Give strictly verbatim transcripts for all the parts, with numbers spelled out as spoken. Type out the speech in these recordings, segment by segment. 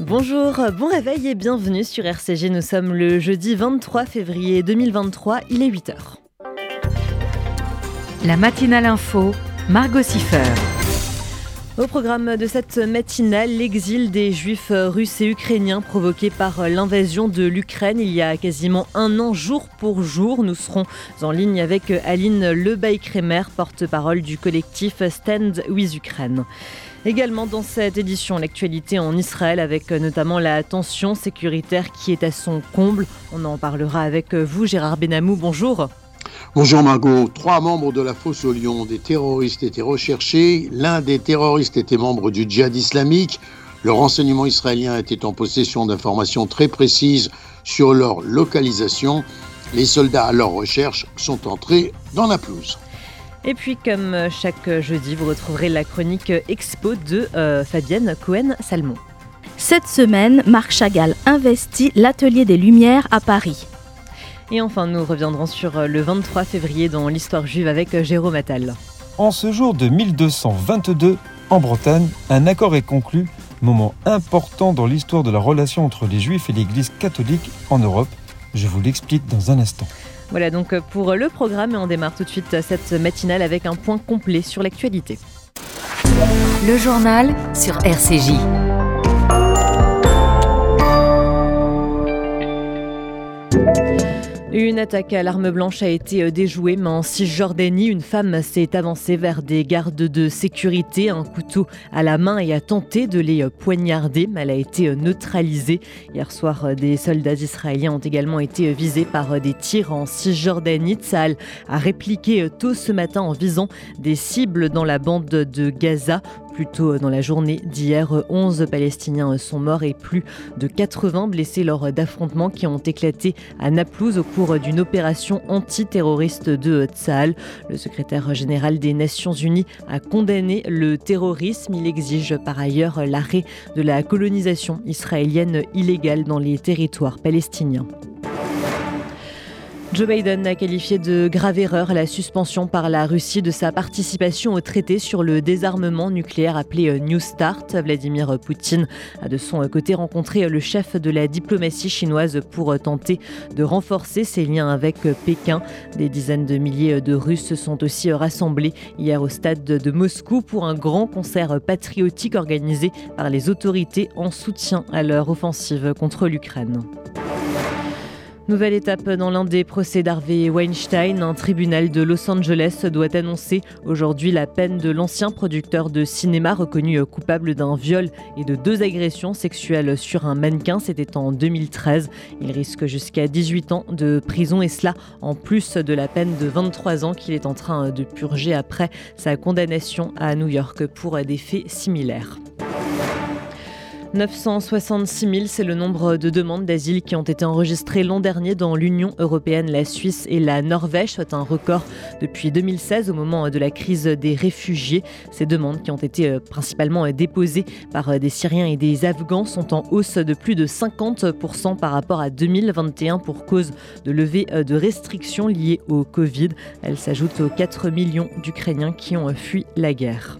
Bonjour, bon réveil et bienvenue sur R C G. Nous sommes le jeudi vingt-trois février deux mille vingt-trois, il est huit heures. La matinale info, Margot Siffer. Au programme de cette matinale, l'exil des Juifs russes et ukrainiens provoqué par l'invasion de l'Ukraine il y a quasiment un an, jour pour jour. Nous serons en ligne avec Aline Lebaille-Crémer, porte-parole du collectif Stand with Ukraine. Également dans cette édition, l'actualité en Israël avec notamment la tension sécuritaire qui est à son comble. On en parlera avec vous, Gérard Benamou. Bonjour. Bonjour Margot. Trois membres de la fosse au lion, des terroristes, étaient recherchés. L'un des terroristes était membre du djihad islamique. Le renseignement israélien était en possession d'informations très précises sur leur localisation. Les soldats à leur recherche sont entrés dans la pelouse. Et puis, comme chaque jeudi, vous retrouverez la chronique Expo de euh, Fabienne Cohen-Salmon. Cette semaine, Marc Chagall investit l'Atelier des Lumières à Paris. Et enfin, nous reviendrons sur le vingt-trois février dans l'histoire juive avec Jérôme Attal. En ce jour de mille deux cent vingt-deux, en Bretagne, un accord est conclu, moment important dans l'histoire de la relation entre les Juifs et l'Église catholique en Europe. Je vous l'explique dans un instant. Voilà donc pour le programme et on démarre tout de suite cette matinale avec un point complet sur l'actualité. Le journal sur R C J. Une attaque à l'arme blanche a été déjouée, mais en Cisjordanie, une femme s'est avancée vers des gardes de sécurité, un couteau à la main et a tenté de les poignarder, mais elle a été neutralisée. Hier soir, des soldats israéliens ont également été visés par des tirs en Cisjordanie. Tsahal a répliqué tôt ce matin en visant des cibles dans la bande de Gaza. Plus tôt dans la journée d'hier, onze Palestiniens sont morts et plus de quatre-vingts blessés lors d'affrontements qui ont éclaté à Naplouse au cours d'une opération antiterroriste de Tsahal. Le secrétaire général des Nations Unies a condamné le terrorisme. Il exige par ailleurs l'arrêt de la colonisation israélienne illégale dans les territoires palestiniens. Joe Biden a qualifié de grave erreur la suspension par la Russie de sa participation au traité sur le désarmement nucléaire appelé New Start. Vladimir Poutine a de son côté rencontré le chef de la diplomatie chinoise pour tenter de renforcer ses liens avec Pékin. Des dizaines de milliers de Russes se sont aussi rassemblés hier au stade de Moscou pour un grand concert patriotique organisé par les autorités en soutien à leur offensive contre l'Ukraine. Nouvelle étape dans l'un des procès d'Harvey Weinstein. Un tribunal de Los Angeles doit annoncer aujourd'hui la peine de l'ancien producteur de cinéma reconnu coupable d'un viol et de deux agressions sexuelles sur un mannequin. C'était en deux mille treize. Il risque jusqu'à dix-huit ans de prison et cela en plus de la peine de vingt-trois ans qu'il est en train de purger après sa condamnation à New York pour des faits similaires. neuf cent soixante-six mille, c'est le nombre de demandes d'asile qui ont été enregistrées l'an dernier dans l'Union européenne. La Suisse et la Norvège sont un record depuis deux mille seize au moment de la crise des réfugiés. Ces demandes qui ont été principalement déposées par des Syriens et des Afghans sont en hausse de plus de cinquante pour cent par rapport à deux mille vingt et un pour cause de levée de restrictions liées au Covid. Elles s'ajoutent aux quatre millions d'Ukrainiens qui ont fui la guerre.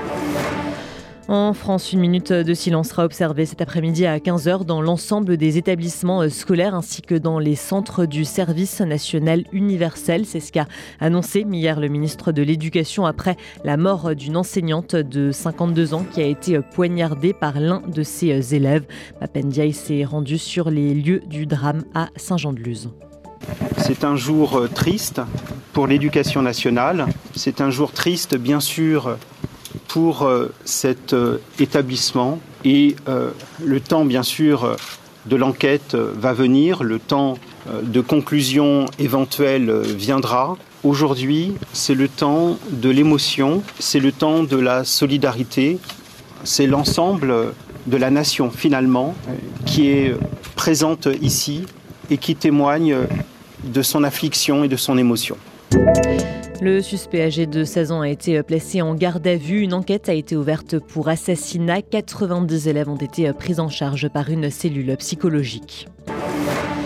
En France, une minute de silence sera observée cet après-midi à quinze heures dans l'ensemble des établissements scolaires ainsi que dans les centres du service national universel. C'est ce qu'a annoncé hier le ministre de l'Éducation après la mort d'une enseignante de cinquante-deux ans qui a été poignardée par l'un de ses élèves. Pape Ndiaye s'est rendu sur les lieux du drame à Saint-Jean-de-Luz. C'est un jour triste pour l'éducation nationale. C'est un jour triste, bien sûr, pour euh, cet euh, établissement et euh, le temps bien sûr de l'enquête euh, va venir, le temps euh, de conclusion éventuelle euh, viendra. Aujourd'hui, c'est le temps de l'émotion, c'est le temps de la solidarité, c'est l'ensemble de la nation finalement euh, qui est présente ici et qui témoigne de son affliction et de son émotion. Le suspect âgé de seize ans a été placé en garde à vue. Une enquête a été ouverte pour assassinat. quatre-vingt-dix élèves ont été pris en charge par une cellule psychologique.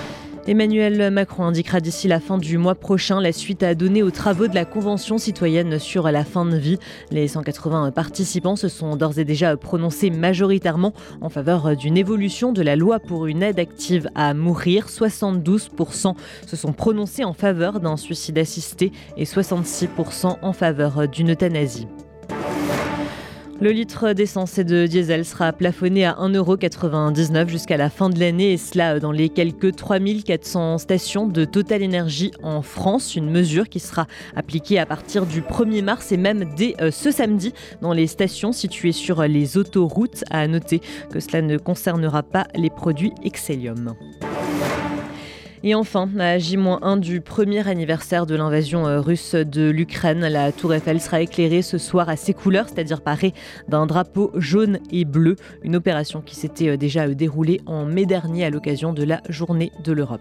Emmanuel Macron indiquera d'ici la fin du mois prochain la suite à donner aux travaux de la Convention citoyenne sur la fin de vie. Les cent quatre-vingts participants se sont d'ores et déjà prononcés majoritairement en faveur d'une évolution de la loi pour une aide active à mourir. soixante-douze pour cent se sont prononcés en faveur d'un suicide assisté et soixante-six pour cent en faveur d'une euthanasie. Le litre d'essence et de diesel sera plafonné à un euro quatre-vingt-dix-neuf jusqu'à la fin de l'année, et cela dans les quelques trois mille quatre cents stations de Total Energy en France. Une mesure qui sera appliquée à partir du premier mars et même dès ce samedi dans les stations situées sur les autoroutes. À noter que cela ne concernera pas les produits Excellium. Et enfin, à J un du premier anniversaire de l'invasion russe de l'Ukraine, la Tour Eiffel sera éclairée ce soir à ses couleurs, c'est-à-dire parée d'un drapeau jaune et bleu. Une opération qui s'était déjà déroulée en mai dernier à l'occasion de la Journée de l'Europe.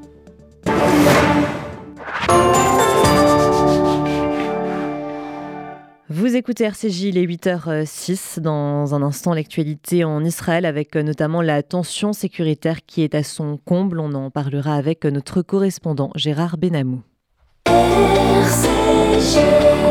Vous écoutez R C J, il est huit heures six. Dans un instant, l'actualité en Israël avec notamment la tension sécuritaire qui est à son comble. On en parlera avec notre correspondant Gérard Benamou. R C J.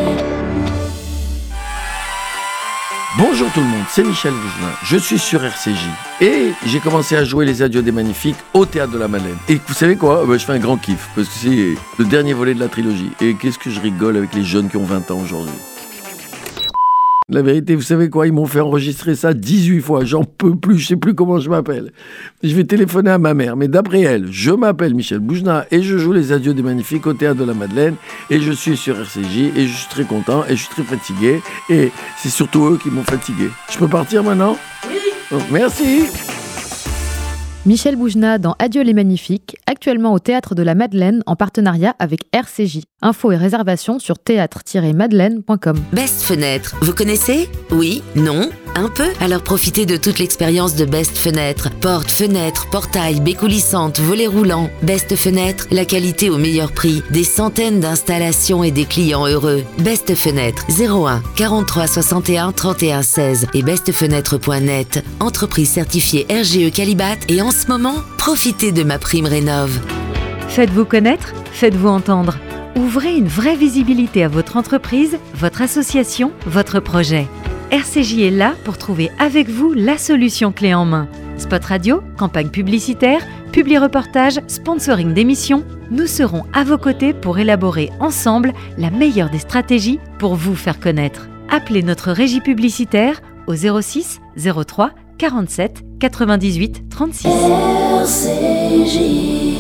Bonjour tout le monde, c'est Michel Boujna, je suis sur R C J et j'ai commencé à jouer les Adieux des Magnifiques au Théâtre de la Madeleine. Et vous savez quoi, bah, je fais un grand kiff parce que c'est le dernier volet de la trilogie et qu'est-ce que je rigole avec les jeunes qui ont vingt ans aujourd'hui. La vérité, vous savez quoi, ils m'ont fait enregistrer ça dix-huit fois, j'en peux plus, je sais plus comment je m'appelle. Je vais téléphoner à ma mère, mais d'après elle, je m'appelle Michel Boujna et je joue les Adieux des Magnifiques au Théâtre de la Madeleine et je suis sur R C J et je suis très content et je suis très fatigué et c'est surtout eux qui m'ont fatigué. Je peux partir maintenant ? Oui. Oh, merci. Michel Boujna dans Adieu les Magnifiques, actuellement au Théâtre de la Madeleine en partenariat avec R C J. Infos et réservations sur théâtre tiret madeleine point com. Best Fenêtre, vous connaissez ? Oui ? Non ? Un peu ? Alors profitez de toute l'expérience de Best Fenêtre. Portes, fenêtres, portails, baies coulissantes, volets roulants. Best Fenêtre, la qualité au meilleur prix. Des centaines d'installations et des clients heureux. Best Fenêtre, zéro un quarante-trois soixante et un trente et un seize et best fenêtre point net. Entreprise certifiée R G E Qualibat et en ce moment, profitez de ma prime rénov'. Faites-vous connaître, faites-vous entendre. Ouvrez une vraie visibilité à votre entreprise, votre association, votre projet. R C J est là pour trouver avec vous la solution clé en main. Spot radio, campagne publicitaire, publi-reportage, sponsoring d'émissions, nous serons à vos côtés pour élaborer ensemble la meilleure des stratégies pour vous faire connaître. Appelez notre régie publicitaire au zéro six zéro trois quarante-sept quatre-vingt-dix-huit trente-six. R C J.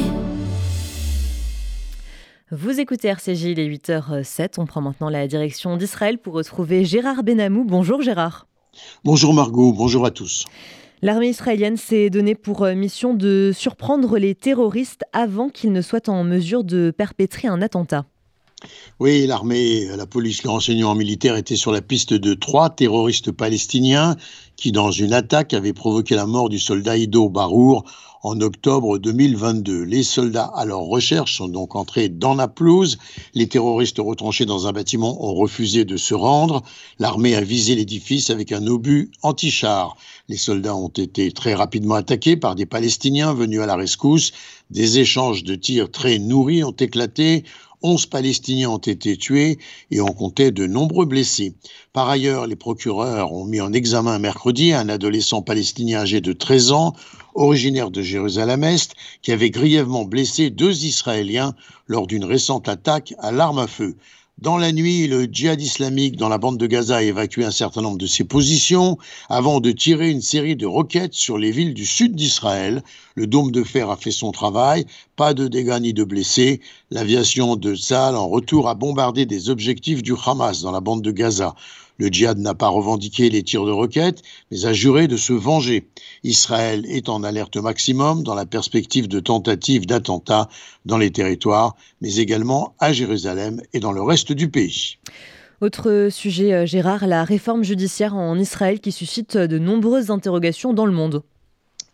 Vous écoutez R C J, il est huit heures sept. On prend maintenant la direction d'Israël pour retrouver Gérard Benamou. Bonjour Gérard. Bonjour Margot, bonjour à tous. L'armée israélienne s'est donnée pour mission de surprendre les terroristes avant qu'ils ne soient en mesure de perpétrer un attentat. Oui, l'armée, la police, le renseignement militaire étaient sur la piste de trois terroristes palestiniens qui, dans une attaque, avaient provoqué la mort du soldat Ido Barour en octobre deux mille vingt-deux. Les soldats à leur recherche sont donc entrés dans la pelouse. Les terroristes retranchés dans un bâtiment ont refusé de se rendre. L'armée a visé l'édifice avec un obus anti-char. Les soldats ont été très rapidement attaqués par des Palestiniens venus à la rescousse. Des échanges de tirs très nourris ont éclaté. Onze Palestiniens ont été tués et on comptait de nombreux blessés. Par ailleurs, les procureurs ont mis en examen mercredi un adolescent palestinien âgé de treize ans, originaire de Jérusalem-Est, qui avait grièvement blessé deux Israéliens lors d'une récente attaque à l'arme à feu. Dans la nuit, le djihad islamique dans la bande de Gaza a évacué un certain nombre de ses positions avant de tirer une série de roquettes sur les villes du sud d'Israël. Le dôme de fer a fait son travail, pas de dégâts ni de blessés. L'aviation de Tsahal en retour a bombardé des objectifs du Hamas dans la bande de Gaza. Le djihad n'a pas revendiqué les tirs de roquettes, mais a juré de se venger. Israël est en alerte maximum dans la perspective de tentatives d'attentats dans les territoires, mais également à Jérusalem et dans le reste du pays. Autre sujet, Gérard, la réforme judiciaire en Israël qui suscite de nombreuses interrogations dans le monde.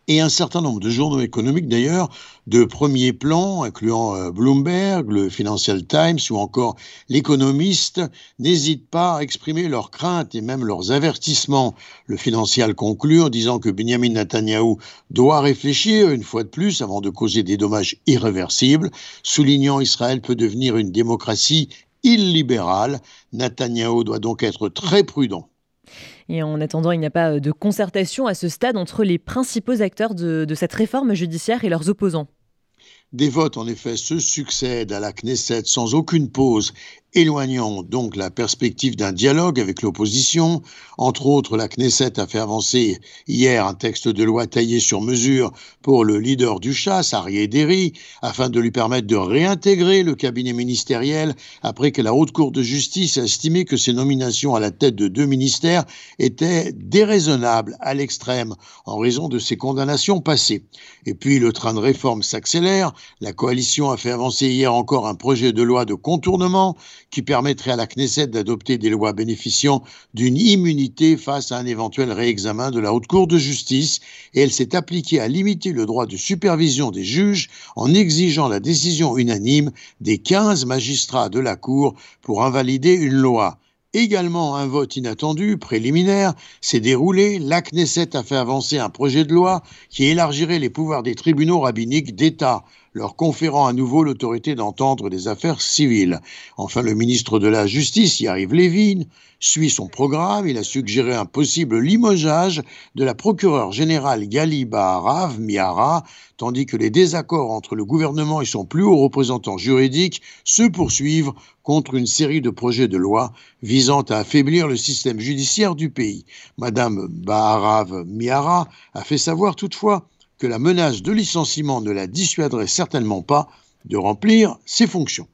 et un certain nombre de journaux économiques d'ailleurs de premier plan, incluant euh, Bloomberg, le Financial Times ou encore l'Économiste, n'hésitent pas à exprimer leurs craintes et même leurs avertissements. Le Financial conclut en disant que Benyamin Netanyahou doit réfléchir une fois de plus avant de causer des dommages irréversibles, soulignant Israël peut devenir une démocratie illibérale. Netanyahou doit donc être très prudent. Et en attendant, il n'y a pas de concertation à ce stade entre les principaux acteurs de, de cette réforme judiciaire et leurs opposants. Des votes, en effet, se succèdent à la Knesset sans aucune pause, éloignant donc la perspective d'un dialogue avec l'opposition. Entre autres, la Knesset a fait avancer hier un texte de loi taillé sur mesure pour le leader du chasse, Aryeh Deri, afin de lui permettre de réintégrer le cabinet ministériel après que la Haute Cour de justice a estimé que ses nominations à la tête de deux ministères étaient déraisonnables à l'extrême en raison de ses condamnations passées. Et puis, le train de réforme s'accélère. La coalition a fait avancer hier encore un projet de loi de contournement qui permettrait à la Knesset d'adopter des lois bénéficiant d'une immunité face à un éventuel réexamen de la Haute Cour de justice, et elle s'est appliquée à limiter le droit de supervision des juges en exigeant la décision unanime des quinze magistrats de la Cour pour invalider une loi. Également, un vote inattendu, préliminaire, s'est déroulé. La Knesset a fait avancer un projet de loi qui élargirait les pouvoirs des tribunaux rabbiniques d'État, leur conférant à nouveau l'autorité d'entendre des affaires civiles. Enfin, le ministre de la Justice, Yariv Levin, suit son programme. Il a suggéré un possible limogeage de la procureure générale Gali Baharav Miara, tandis que les désaccords entre le gouvernement et son plus haut représentant juridique se poursuivent contre une série de projets de loi visant à affaiblir le système judiciaire du pays. Madame Baharav Miara a fait savoir toutefois que la menace de licenciement ne la dissuaderait certainement pas de remplir ses fonctions.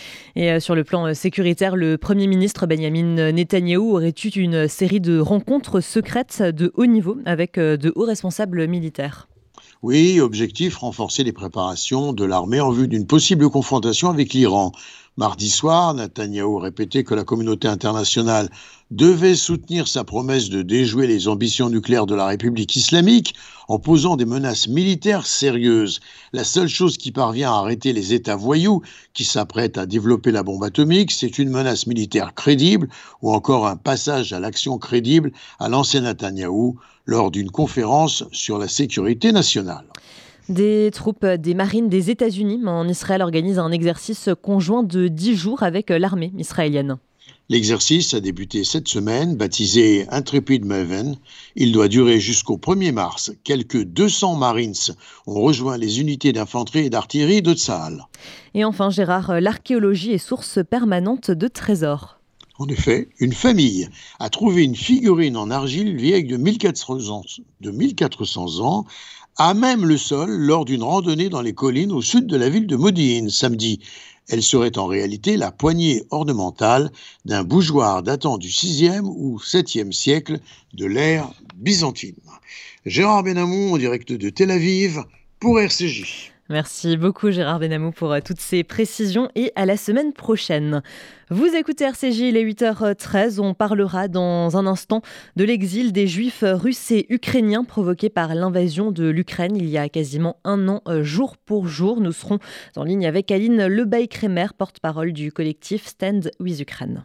Et sur le plan sécuritaire, le Premier ministre Benyamin Netanyahou aurait eu une série de rencontres secrètes de haut niveau avec de hauts responsables militaires. Oui, objectif, renforcer les préparations de l'armée en vue d'une possible confrontation avec l'Iran. Mardi soir, Netanyahou répétait que la communauté internationale devait soutenir sa promesse de déjouer les ambitions nucléaires de la République islamique en posant des menaces militaires sérieuses. La seule chose qui parvient à arrêter les États voyous qui s'apprêtent à développer la bombe atomique, c'est une menace militaire crédible ou encore un passage à l'action crédible, a lancé Netanyahou lors d'une conférence sur la sécurité nationale. Des troupes des marines des États-Unis en Israël organisent un exercice conjoint de dix jours avec l'armée israélienne. L'exercice a débuté cette semaine, baptisé Intrepid Maven. Il doit durer jusqu'au premier mars. Quelques deux cents Marines ont rejoint les unités d'infanterie et d'artillerie de Tsahal. Et enfin, Gérard, l'archéologie est source permanente de trésors. En effet, une famille a trouvé une figurine en argile vieille de mille quatre cents ans, de mille quatre cents ans, à même le sol lors d'une randonnée dans les collines au sud de la ville de Modi'in samedi. Elle serait en réalité la poignée ornementale d'un bougeoir datant du sixième ou septième siècle de l'ère byzantine. Gérard Benamou en direct de Tel Aviv pour R C J. Merci beaucoup Gérard Benamou pour toutes ces précisions et à la semaine prochaine. Vous écoutez R C J, il est huit heures treize. On parlera dans un instant de l'exil des Juifs russes et ukrainiens provoqué par l'invasion de l'Ukraine il y a quasiment un an, jour pour jour. Nous serons en ligne avec Aline Lebaille-Crémer, porte-parole du collectif Stand with Ukraine.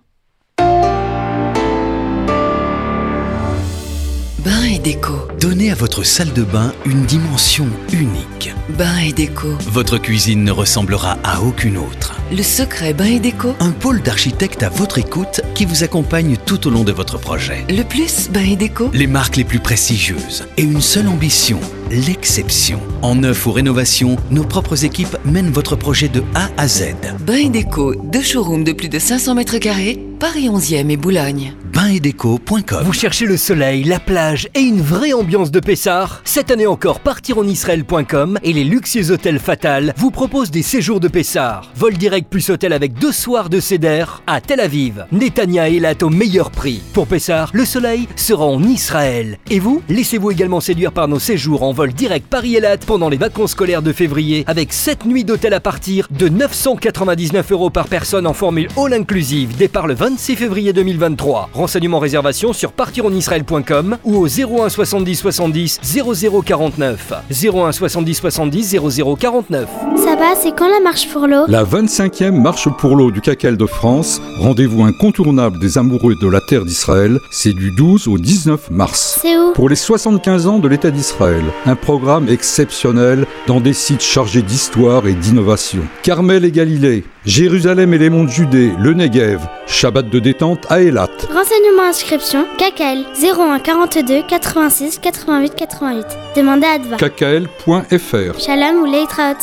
Bain et Déco. Donnez à votre salle de bain une dimension unique. Bain et Déco. Votre cuisine ne ressemblera à aucune autre. Le secret Bain et Déco. Un pôle d'architectes à votre écoute qui vous accompagne tout au long de votre projet. Le plus Bain et Déco. Les marques les plus prestigieuses et une seule ambition, l'exception. En neuf ou rénovation, nos propres équipes mènent votre projet de A à Z. Bain et Déco, deux showrooms de plus de cinq cents mètres carrés, Paris onzième et Boulogne. bain et déco point com. Vous cherchez le soleil, la plage et une vraie ambiance de Pessar? Cette année encore, partir en israël point com et les luxueux hôtels Fatal vous proposent des séjours de Pessar. Vol direct plus hôtel avec deux soirs de Seder à Tel Aviv. Netanya et Eilat au meilleur prix. Pour Pessar, le soleil sera en Israël. Et vous, laissez-vous également séduire par nos séjours en vol direct Paris-Eilat pendant les vacances scolaires de février avec sept nuits d'hôtel à partir de neuf cent quatre-vingt-dix-neuf euros par personne en formule all inclusive. Départ le vingt-six février deux mille vingt-trois. renseignements réservations sur partir en israël point com ou au zéro un soixante-dix soixante-dix zéro zéro quarante-neuf. zéro un soixante-dix soixante-dix zéro zéro quarante-neuf. Ça va, c'est quand la marche pour l'eau ? La vingt-cinquième marche pour l'eau du C A C L de France, rendez-vous incontournable des amoureux de la terre d'Israël, c'est du douze au dix-neuf mars. C'est où ? Pour les soixante-quinze ans de l'État d'Israël, un programme exceptionnel dans des sites chargés d'histoire et d'innovation. Carmel et Galilée, Jérusalem et les monts de Judée, le Negev, Shabbat de détente à Eilat. Renseignements inscription, C A C L, zéro un quarante-deux quatre-vingt-six quatre-vingt-huit quatre-vingt-huit. Demandez à Adva. C A C L point F R. Shalom ou Leitraot.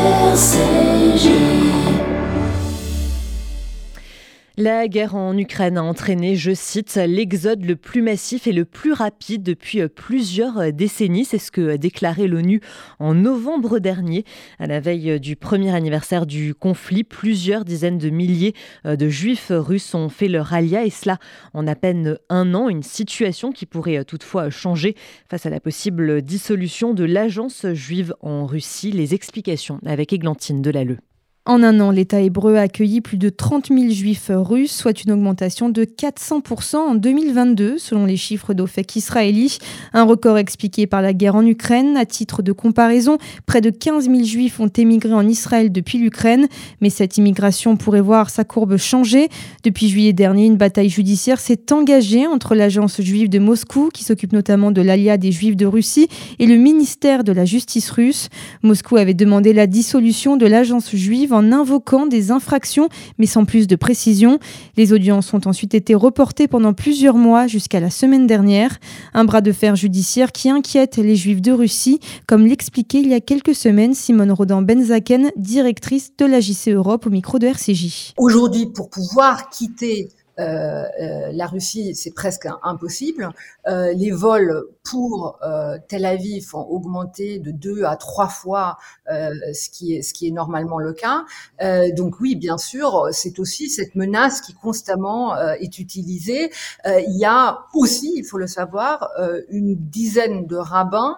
La guerre en Ukraine a entraîné, je cite, l'exode le plus massif et le plus rapide depuis plusieurs décennies. C'est ce que déclarait l'ONU en novembre dernier. À la veille du premier anniversaire du conflit, plusieurs dizaines de milliers de juifs russes ont fait leur alia, et cela en à peine un an. Une situation qui pourrait toutefois changer face à la possible dissolution de l'agence juive en Russie. Les explications avec Églantine Delalleux. En un an, l'État hébreu a accueilli plus de trente mille juifs russes, soit une augmentation de quatre cents pour cent en deux mille vingt-deux, selon les chiffres d'Ofek israéli. Un record expliqué par la guerre en Ukraine. À titre de comparaison, près de quinze mille juifs ont émigré en Israël depuis l'Ukraine. Mais cette immigration pourrait voir sa courbe changer. Depuis juillet dernier, une bataille judiciaire s'est engagée entre l'agence juive de Moscou, qui s'occupe notamment de l'alia des juifs de Russie, et le ministère de la Justice russe. Moscou avait demandé la dissolution de l'agence juive en invoquant des infractions, mais sans plus de précision. Les audiences ont ensuite été reportées pendant plusieurs mois jusqu'à la semaine dernière. Un bras de fer judiciaire qui inquiète les Juifs de Russie, comme l'expliquait il y a quelques semaines Simone Rodan-Benzaken, directrice de l'A J C Europe au micro de R C J. Aujourd'hui, pour pouvoir quitter Euh, euh, la Russie, c'est presque impossible. Euh, les vols pour euh, Tel Aviv ont augmenté de deux à trois fois euh, ce qui est ce qui est normalement le cas. Euh, donc oui, bien sûr, c'est aussi cette menace qui constamment euh, est utilisée. Euh, il y a aussi, il faut le savoir, euh, une dizaine de rabbins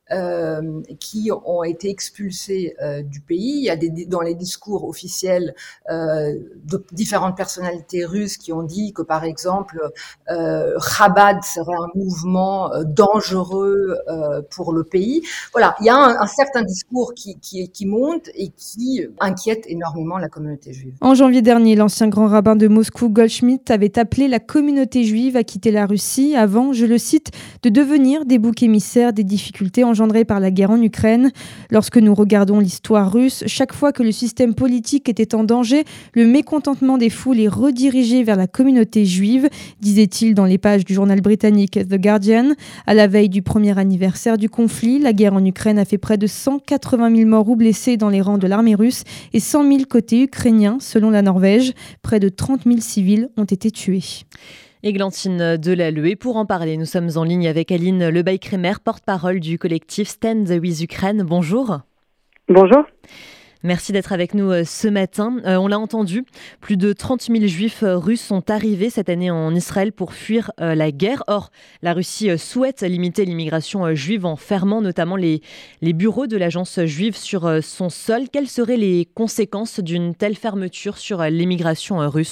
Euh, qui ont été expulsés euh, du pays. Il y a des, dans les discours officiels euh, de différentes personnalités russes qui ont dit que, par exemple, euh, Chabad serait un mouvement euh, dangereux euh, pour le pays. Voilà, il y a un, un certain discours qui, qui, qui monte et qui inquiète énormément la communauté juive. En janvier dernier, l'ancien grand rabbin de Moscou, Goldschmidt, avait appelé la communauté juive à quitter la Russie avant, je le cite, de devenir des boucs émissaires des difficultés en engendré par la guerre en Ukraine. Lorsque nous regardons l'histoire russe, chaque fois que le système politique était en danger, le mécontentement des foules est redirigé vers la communauté juive, disait-il dans les pages du journal britannique The Guardian. À la veille du premier anniversaire du conflit, la guerre en Ukraine a fait près de cent quatre-vingt mille morts ou blessés dans les rangs de l'armée russe et cent mille côté ukrainien, selon la Norvège. Près de trente mille civils ont été tués. Églantine Delalleux. Et pour en parler, nous sommes en ligne avec Aline Lebaille-Crémer, porte-parole du collectif Stand with Ukraine. Bonjour. Bonjour. Merci d'être avec nous ce matin. Euh, on l'a entendu, plus de trente mille juifs russes sont arrivés cette année en Israël pour fuir euh, la guerre. Or, la Russie souhaite limiter l'immigration juive en fermant notamment les, les bureaux de l'agence juive sur euh, son sol. Quelles seraient les conséquences d'une telle fermeture sur euh, l'immigration euh, russe ?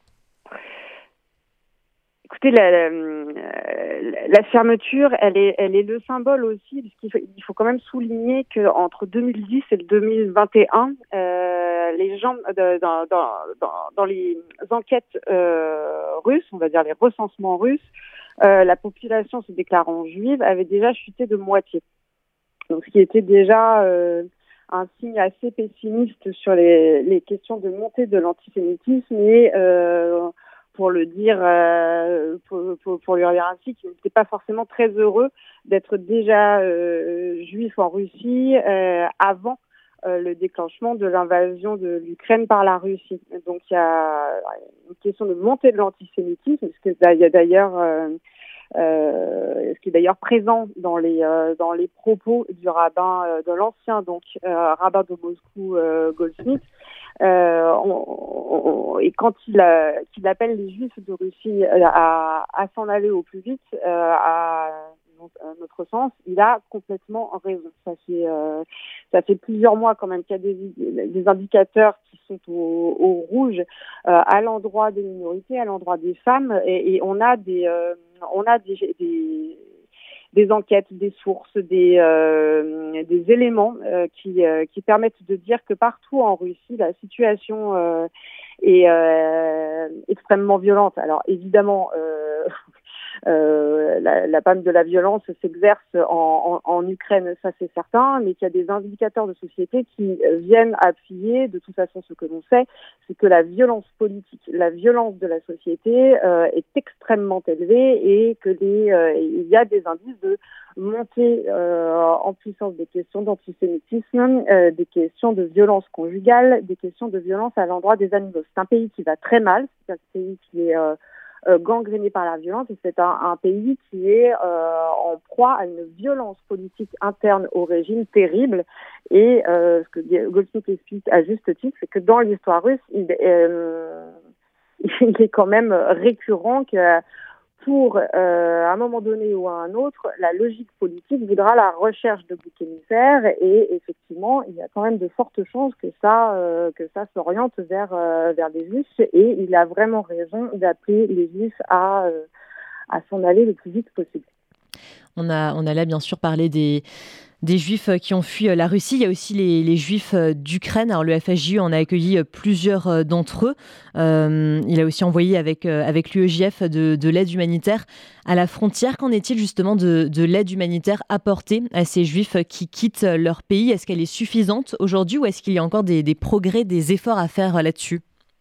Écoutez, la, la, la fermeture, elle est, elle est le symbole aussi, parce qu'il faut, il faut quand même souligner qu'entre deux mille dix et deux mille vingt et un, euh, les gens, de, dans, dans, dans, dans les enquêtes euh, russes, on va dire les recensements russes, euh, la population se déclarant juive avait déjà chuté de moitié. Donc, ce qui était déjà euh, un signe assez pessimiste sur les, les questions de montée de l'antisémitisme et euh, pour le dire, euh, pour, pour, pour lui dire ainsi, qu'il n'était pas forcément très heureux d'être déjà euh, juif en Russie euh, avant euh, le déclenchement de l'invasion de l'Ukraine par la Russie. Donc il y a une question de montée de l'antisémitisme, ce qu'il y a d'ailleurs, euh, euh, ce qui est d'ailleurs présent dans les euh, dans les propos du rabbin euh, de l'ancien donc euh, rabbin de Moscou euh, Goldschmidt. Euh, on, on, et quand il, a, qu'il appelle les Juifs de Russie à, à s'en aller au plus vite, euh, à, à notre sens, il a complètement raison. Ça fait, euh, ça fait plusieurs mois quand même qu'il y a des, des indicateurs qui sont au, au rouge euh, à l'endroit des minorités, à l'endroit des femmes, et, et on a des, euh, on a des, des des enquêtes, des sources, des, euh, des éléments euh, qui, euh, qui permettent de dire que partout en Russie, la situation euh, est euh, extrêmement violente. Alors évidemment, euh, euh, la, la panne de la violence s'exerce en, en, en Ukraine, ça c'est certain, mais qu'il y a des indicateurs de société qui viennent appuyer, de toute façon ce que l'on sait, c'est que la violence politique, la violence de la société euh, est extrêmement élevée et que les, euh, il y a des indices de montée euh, en puissance des questions d'antisémitisme, euh, des questions de violence conjugale, des questions de violence à l'endroit des animaux. C'est un pays qui va très mal, c'est un pays qui est euh, euh, gangréné par la violence et c'est un, un pays qui est euh, en proie à une violence politique interne au régime terrible. Et euh, ce que Goldsmith explique à juste titre, c'est que dans l'histoire russe, il, euh, il est quand même récurrent que pour, euh, à un moment donné ou à un autre, la logique politique voudra la recherche de boucs émissaires et effectivement, il y a quand même de fortes chances que ça, euh, que ça s'oriente vers, euh, vers les Juifs et il a vraiment raison d'appeler les Juifs à, euh, à s'en aller le plus vite possible. On a, on a là bien sûr parlé des, des Juifs qui ont fui la Russie. Il y a aussi les, les Juifs d'Ukraine. Alors le F H J en a accueilli plusieurs d'entre eux. Euh, il a aussi envoyé avec, avec l'U E J F de, de l'aide humanitaire à la frontière. Qu'en est-il justement de, de l'aide humanitaire apportée à ces Juifs qui quittent leur pays? Est-ce qu'elle est suffisante aujourd'hui ou est-ce qu'il y a encore des, des progrès, des efforts à faire là-dessus?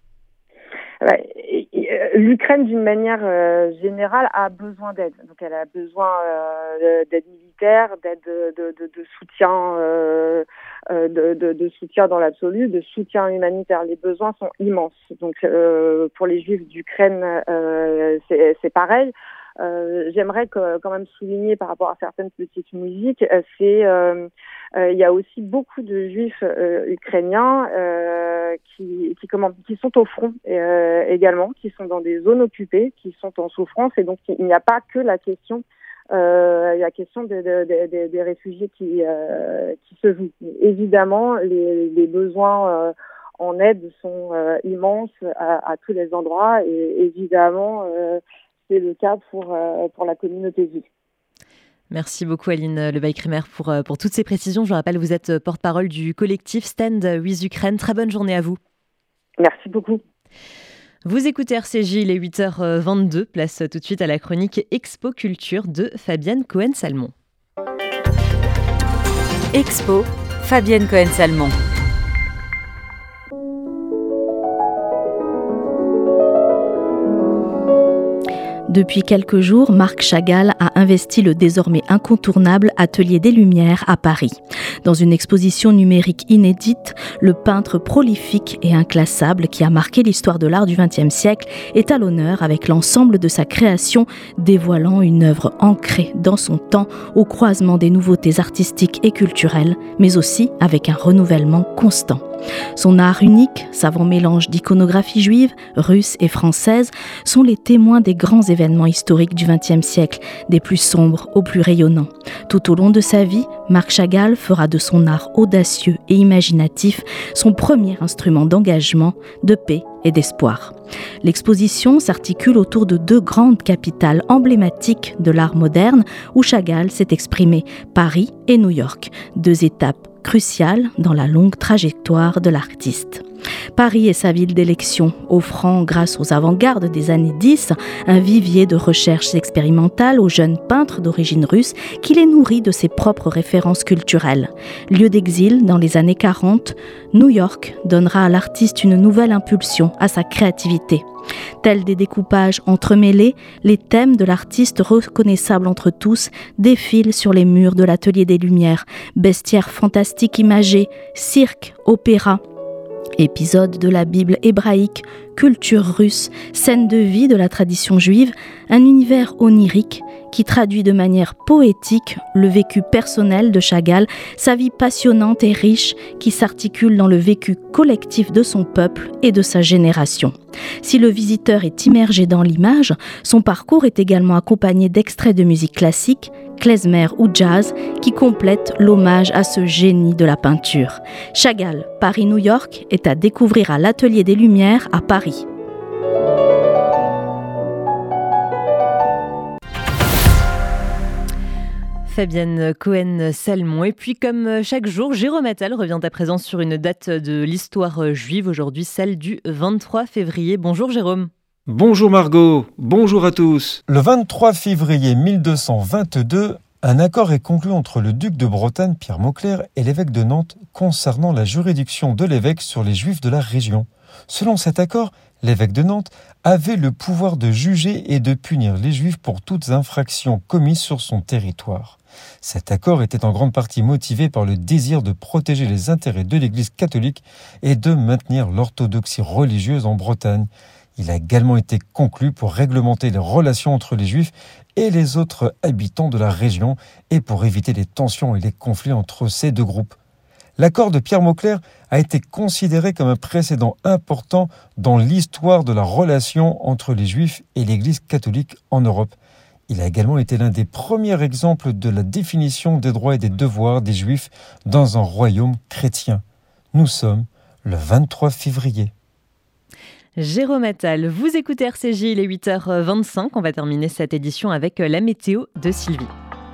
Ouais. L'Ukraine, d'une manière euh, générale, a besoin d'aide. Donc, elle a besoin euh, d'aide militaire, d'aide de, de, de, de soutien, euh, de, de, de soutien dans l'absolu, de soutien humanitaire. Les besoins sont immenses. Donc, euh, pour les Juifs d'Ukraine, euh, c'est, c'est pareil. Euh, j'aimerais que, quand même souligner par rapport à certaines petites musiques, euh, c'est euh, euh, il y a aussi beaucoup de Juifs euh, ukrainiens euh, qui qui, comment, qui sont au front euh, également, qui sont dans des zones occupées, qui sont en souffrance et donc il n'y a pas que la question euh, la question de, de, de, de, des réfugiés qui euh, qui se joue. Évidemment, les, les besoins euh, en aide sont euh, immenses à, à tous les endroits et évidemment euh, c'est le cas pour, euh, pour la communauté juive. Merci beaucoup Aline Lebaille-Krimer pour, pour toutes ces précisions. Je rappelle, vous êtes porte-parole du collectif Stand with Ukraine. Très bonne journée à vous. Merci beaucoup. Vous écoutez R C J, il est huit heures vingt-deux. Place tout de suite à la chronique Expo Culture de Fabienne Cohen-Salmon. Expo, Fabienne Cohen-Salmon. Depuis quelques jours, Marc Chagall a investi le désormais incontournable Atelier des Lumières à Paris. Dans une exposition numérique inédite, le peintre prolifique et inclassable qui a marqué l'histoire de l'art du vingtième siècle est à l'honneur avec l'ensemble de sa création, dévoilant une œuvre ancrée dans son temps au croisement des nouveautés artistiques et culturelles, mais aussi avec un renouvellement constant. Son art unique, savant mélange d'iconographie juive, russe et française, sont les témoins des grands événements historiques du vingtième siècle, des plus sombres aux plus rayonnants. Tout au long de sa vie, Marc Chagall fera de son art audacieux et imaginatif son premier instrument d'engagement, de paix et d'espoir. L'exposition s'articule autour de deux grandes capitales emblématiques de l'art moderne où Chagall s'est exprimé, Paris et New York, deux étapes cruciale dans la longue trajectoire de l'artiste. Paris est sa ville d'élection, offrant, grâce aux avant-gardes des années dix, un vivier de recherches expérimentales aux jeunes peintres d'origine russe qui les nourrit de ses propres références culturelles. Lieu d'exil dans les années quarante, New York donnera à l'artiste une nouvelle impulsion à sa créativité. Tels des découpages entremêlés, les thèmes de l'artiste reconnaissables entre tous défilent sur les murs de l'Atelier des Lumières. Bestiaires fantastiques imagés, cirque, opéra, épisodes de la Bible hébraïque, culture russe, scène de vie de la tradition juive, un univers onirique qui traduit de manière poétique le vécu personnel de Chagall, sa vie passionnante et riche qui s'articule dans le vécu collectif de son peuple et de sa génération. Si le visiteur est immergé dans l'image, son parcours est également accompagné d'extraits de musique classique, klezmer ou jazz qui complètent l'hommage à ce génie de la peinture. Chagall, Paris-New York est à découvrir à l'Atelier des Lumières à Paris. Fabienne Cohen-Salmon. Et puis, comme chaque jour, Jérôme Attal revient à présent sur une date de l'histoire juive, aujourd'hui celle du vingt-trois février. Bonjour Jérôme. Bonjour Margot, bonjour à tous. Le vingt-trois février mille deux cent vingt-deux, un accord est conclu entre le duc de Bretagne, Pierre Mauclerc, et l'évêque de Nantes concernant la juridiction de l'évêque sur les juifs de la région. Selon cet accord, l'évêque de Nantes avait le pouvoir de juger et de punir les juifs pour toutes infractions commises sur son territoire. Cet accord était en grande partie motivé par le désir de protéger les intérêts de l'Église catholique et de maintenir l'orthodoxie religieuse en Bretagne. Il a également été conclu pour réglementer les relations entre les Juifs et les autres habitants de la région et pour éviter les tensions et les conflits entre ces deux groupes. L'accord de Pierre Mauclerc a été considéré comme un précédent important dans l'histoire de la relation entre les Juifs et l'Église catholique en Europe. Il a également été l'un des premiers exemples de la définition des droits et des devoirs des Juifs dans un royaume chrétien. Nous sommes le vingt-trois février. Jérôme Attal, vous écoutez R C J, il est huit heures vingt-cinq. On va terminer cette édition avec la météo de Sylvie.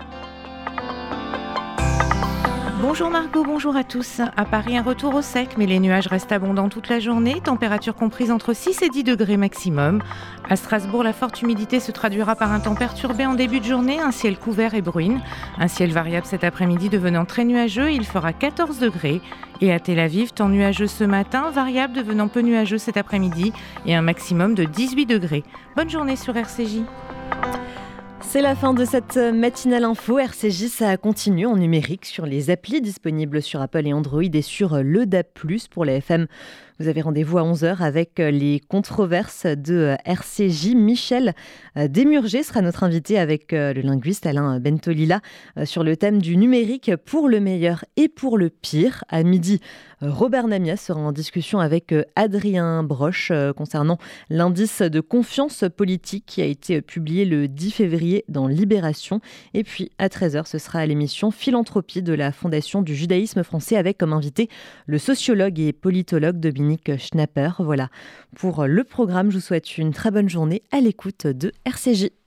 Bonjour Margot, bonjour à tous. À Paris, un retour au sec, mais les nuages restent abondants toute la journée, température comprise entre six et dix degrés maximum. À Strasbourg, la forte humidité se traduira par un temps perturbé en début de journée, un ciel couvert et bruine. Un ciel variable cet après-midi devenant très nuageux, il fera quatorze degrés. Et à Tel Aviv, temps nuageux ce matin, variable devenant peu nuageux cet après-midi et un maximum de dix-huit degrés. Bonne journée sur R C J. C'est la fin de cette matinale info. R C J, ça continue en numérique sur les applis disponibles sur Apple et Android et sur le D A B plus, pour les F M. Vous avez rendez-vous à onze heures avec les controverses de R C J. Michel Desmurger sera notre invité avec le linguiste Alain Bentolila sur le thème du numérique pour le meilleur et pour le pire. À midi, Robert Namias sera en discussion avec Adrien Broche concernant l'indice de confiance politique qui a été publié le dix février dans Libération. Et puis à treize heures, ce sera l'émission Philanthropie de la Fondation du judaïsme français avec comme invité le sociologue et politologue Dominique Schnapper. Voilà pour le programme. Je vous souhaite une très bonne journée à l'écoute de R C J.